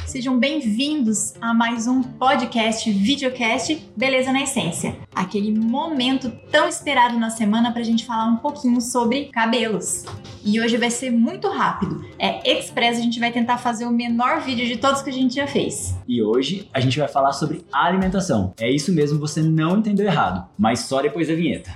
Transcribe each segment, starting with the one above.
Sejam bem-vindos a mais um podcast, videocast Beleza na Essência. Aquele momento tão esperado na semana pra gente falar um pouquinho sobre cabelos. E hoje vai ser muito rápido. É express, a gente vai tentar fazer o menor vídeo de todos que a gente já fez. E hoje a gente vai falar sobre alimentação. É isso mesmo, você não entendeu errado, mas só depois da vinheta.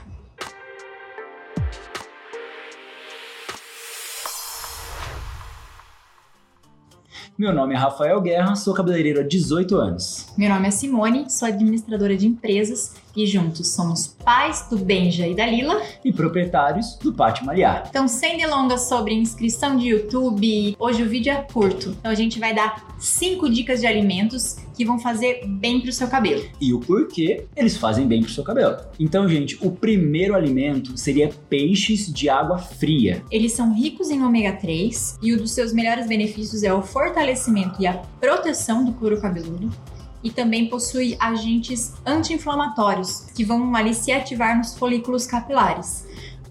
Meu nome é Rafael Guerra, sou cabeleireiro há 18 anos. Meu nome é Simone, sou administradora de empresas e juntos somos pais do Benja e da Lila E proprietários do Pátio Maliar. Então, sem delongas sobre inscrição de YouTube, hoje o vídeo é curto. Então a gente vai dar 5 dicas de alimentos que vão fazer bem pro seu cabelo. E o porquê eles fazem bem pro seu cabelo. Então, gente, o primeiro alimento seria peixes de água fria. Eles são ricos em ômega 3 e um dos seus melhores benefícios é o fortalecimento e a proteção do couro cabeludo. E também possui agentes anti-inflamatórios que vão ali se ativar nos folículos capilares.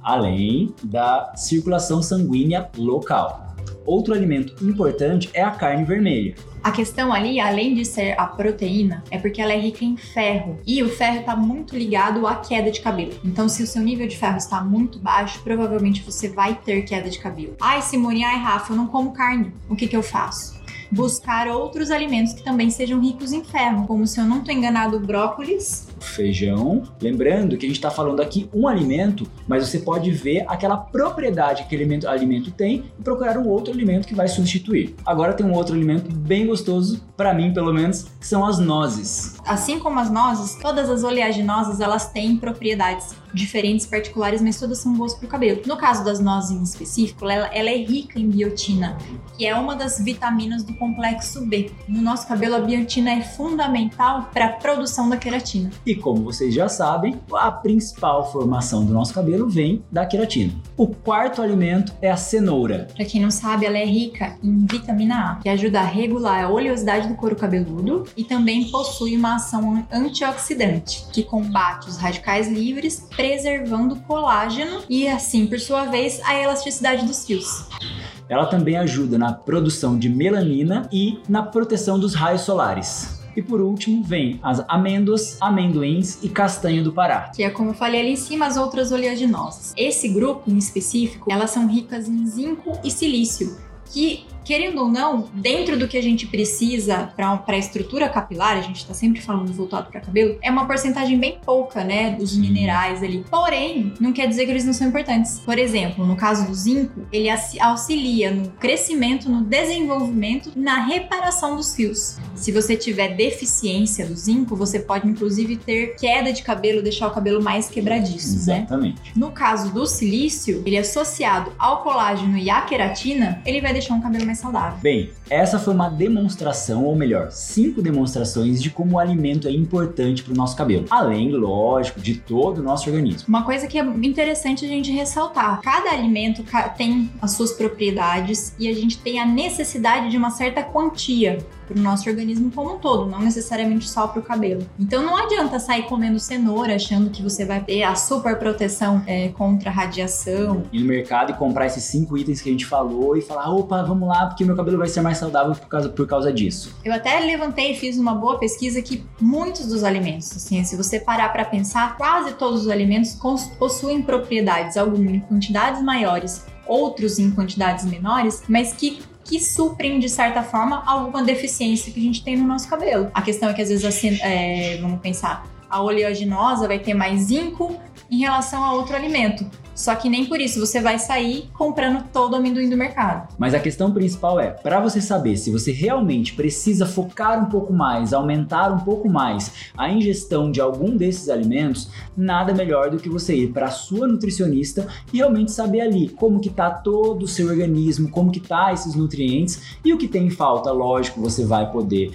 Além da circulação sanguínea local. Outro alimento importante é a carne vermelha. A questão ali, além de ser a proteína, é porque ela é rica em ferro. E o ferro está muito ligado à queda de cabelo. Então, se o seu nível de ferro está muito baixo, provavelmente você vai ter queda de cabelo. Ai, Simone, ai, Rafa, eu não como carne. O que eu faço? Buscar outros alimentos que também sejam ricos em ferro, como, se eu não estou enganado, brócolis, feijão. Lembrando que a gente está falando aqui um alimento, mas você pode ver aquela propriedade que aquele alimento tem e procurar um outro alimento que vai substituir. Agora tem um outro alimento bem gostoso, para mim pelo menos, que são as nozes. Assim como as nozes, todas as oleaginosas elas têm propriedades diferentes, particulares, mas todas são boas para o cabelo. No caso das nozes em específico, ela é rica em biotina, que é uma das vitaminas do complexo B. No nosso cabelo, a biotina é fundamental para a produção da queratina. E como vocês já sabem, a principal formação do nosso cabelo vem da queratina. O quarto alimento é a cenoura. Para quem não sabe, ela é rica em vitamina A, que ajuda a regular a oleosidade do couro cabeludo e também possui uma ação antioxidante, que combate os radicais livres, preservando o colágeno e, assim, por sua vez, a elasticidade dos fios. Ela também ajuda na produção de melanina e na proteção dos raios solares. E por último, vem as amêndoas, amendoins e castanha do Pará. Que é, como eu falei ali em cima, as outras oleaginosas. Esse grupo em específico, elas são ricas em zinco e silício, que, querendo ou não, dentro do que a gente precisa para a estrutura capilar, a gente está sempre falando voltado para cabelo, é uma porcentagem bem pouca, né, dos minerais ali. Porém, não quer dizer que eles não são importantes. Por exemplo, no caso do zinco, ele auxilia no crescimento, no desenvolvimento e na reparação dos fios. Se você tiver deficiência do zinco, você pode inclusive ter queda de cabelo, deixar o cabelo mais quebradiço, Exatamente. né? No caso do silício, ele é associado ao colágeno e à queratina, ele vai deixar um cabelo mais saudável. Bem, essa foi uma demonstração, ou melhor, 5 demonstrações de como o alimento é importante para o nosso cabelo. Além, lógico, de todo o nosso organismo. Uma coisa que é interessante a gente ressaltar: cada alimento tem as suas propriedades e a gente tem a necessidade de uma certa quantia para o nosso organismo como um todo, não necessariamente só para o cabelo. Então não adianta sair comendo cenoura achando que você vai ter a super proteção contra a radiação. Ir no mercado e comprar esses 5 itens que a gente falou e falar, opa, vamos lá, porque meu cabelo vai ser mais saudável por causa disso. Eu até levantei e fiz uma boa pesquisa que muitos dos alimentos, assim, se você parar para pensar, quase todos os alimentos possuem propriedades, alguns em quantidades maiores, outros em quantidades menores, mas que suprem, de certa forma, alguma deficiência que a gente tem no nosso cabelo. A questão é que, às vezes, vamos pensar, a oleaginosa vai ter mais zinco em relação a outro alimento. Só que nem por isso você vai sair comprando todo o amendoim do mercado. Mas a questão principal é, para você saber se você realmente precisa focar um pouco mais, aumentar um pouco mais a ingestão de algum desses alimentos, nada melhor do que você ir para a sua nutricionista e realmente saber ali como que tá todo o seu organismo, como que tá esses nutrientes e o que tem em falta, lógico, você vai poder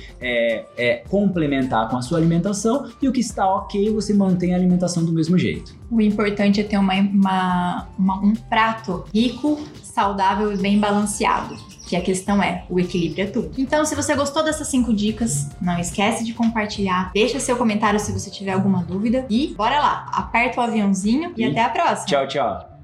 complementar com a sua alimentação e o que está ok, você mantém a alimentação do mesmo jeito. O importante é ter um prato rico, saudável e bem balanceado. Que a questão é, o equilíbrio é tudo. Então, se você gostou dessas 5 dicas, não esquece de compartilhar, deixa seu comentário se você tiver alguma dúvida e bora lá, aperta o aviãozinho e até a próxima. Tchau, tchau.